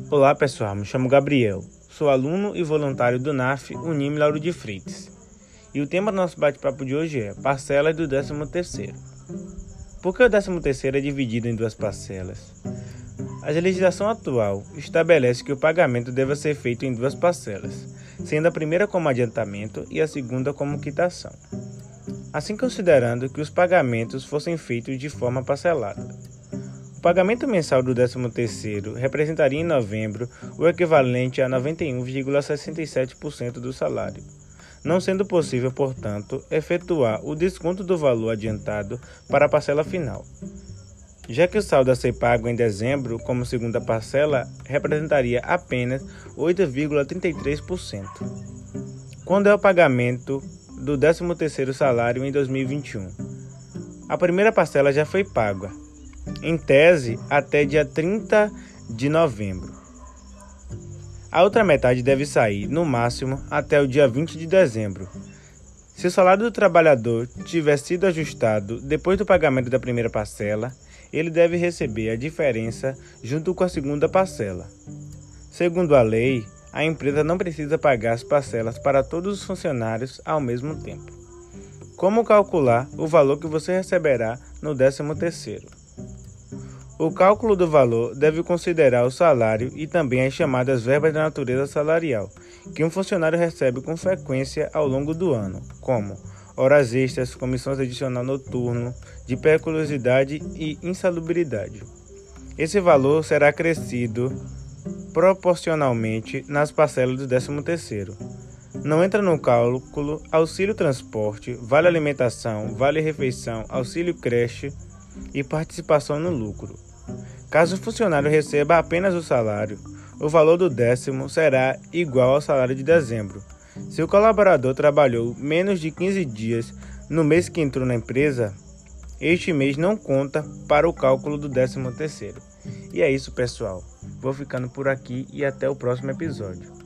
Olá pessoal, me chamo Gabriel, sou aluno e voluntário do NAF Unime Lauro de Freitas. E o tema do nosso bate-papo de hoje é parcelas do 13º. Por que o 13º é dividido em duas parcelas? A legislação atual estabelece que o pagamento deve ser feito em duas parcelas, sendo a primeira como adiantamento e a segunda como quitação. Assim considerando que os pagamentos fossem feitos de forma parcelada. O pagamento mensal do 13º representaria em novembro o equivalente a 91,67% do salário, não sendo possível, portanto, efetuar o desconto do valor adiantado para a parcela final, já que o saldo a ser pago em dezembro como segunda parcela representaria apenas 8,33%. Quando é o pagamento do 13º salário em 2021? A primeira parcela já foi paga, em tese, até dia 30 de novembro. A outra metade deve sair, no máximo, até o dia 20 de dezembro. Se o salário do trabalhador tiver sido ajustado depois do pagamento da primeira parcela, ele deve receber a diferença junto com a segunda parcela. Segundo a lei, a empresa não precisa pagar as parcelas para todos os funcionários ao mesmo tempo. Como calcular o valor que você receberá no 13º? O cálculo do valor deve considerar o salário e também as chamadas verbas da natureza salarial, que um funcionário recebe com frequência ao longo do ano, como horas extras, comissões adicional noturno, de periculosidade e insalubridade. Esse valor será acrescido proporcionalmente nas parcelas do 13º. Não entra no cálculo auxílio transporte, vale alimentação, vale refeição, auxílio creche e participação no lucro. Caso o funcionário receba apenas o salário, o valor do 10º será igual ao salário de dezembro. Se o colaborador trabalhou menos de 15 dias no mês que entrou na empresa, este mês não conta para o cálculo do 13º. E é isso, pessoal. Vou ficando por aqui e até o próximo episódio.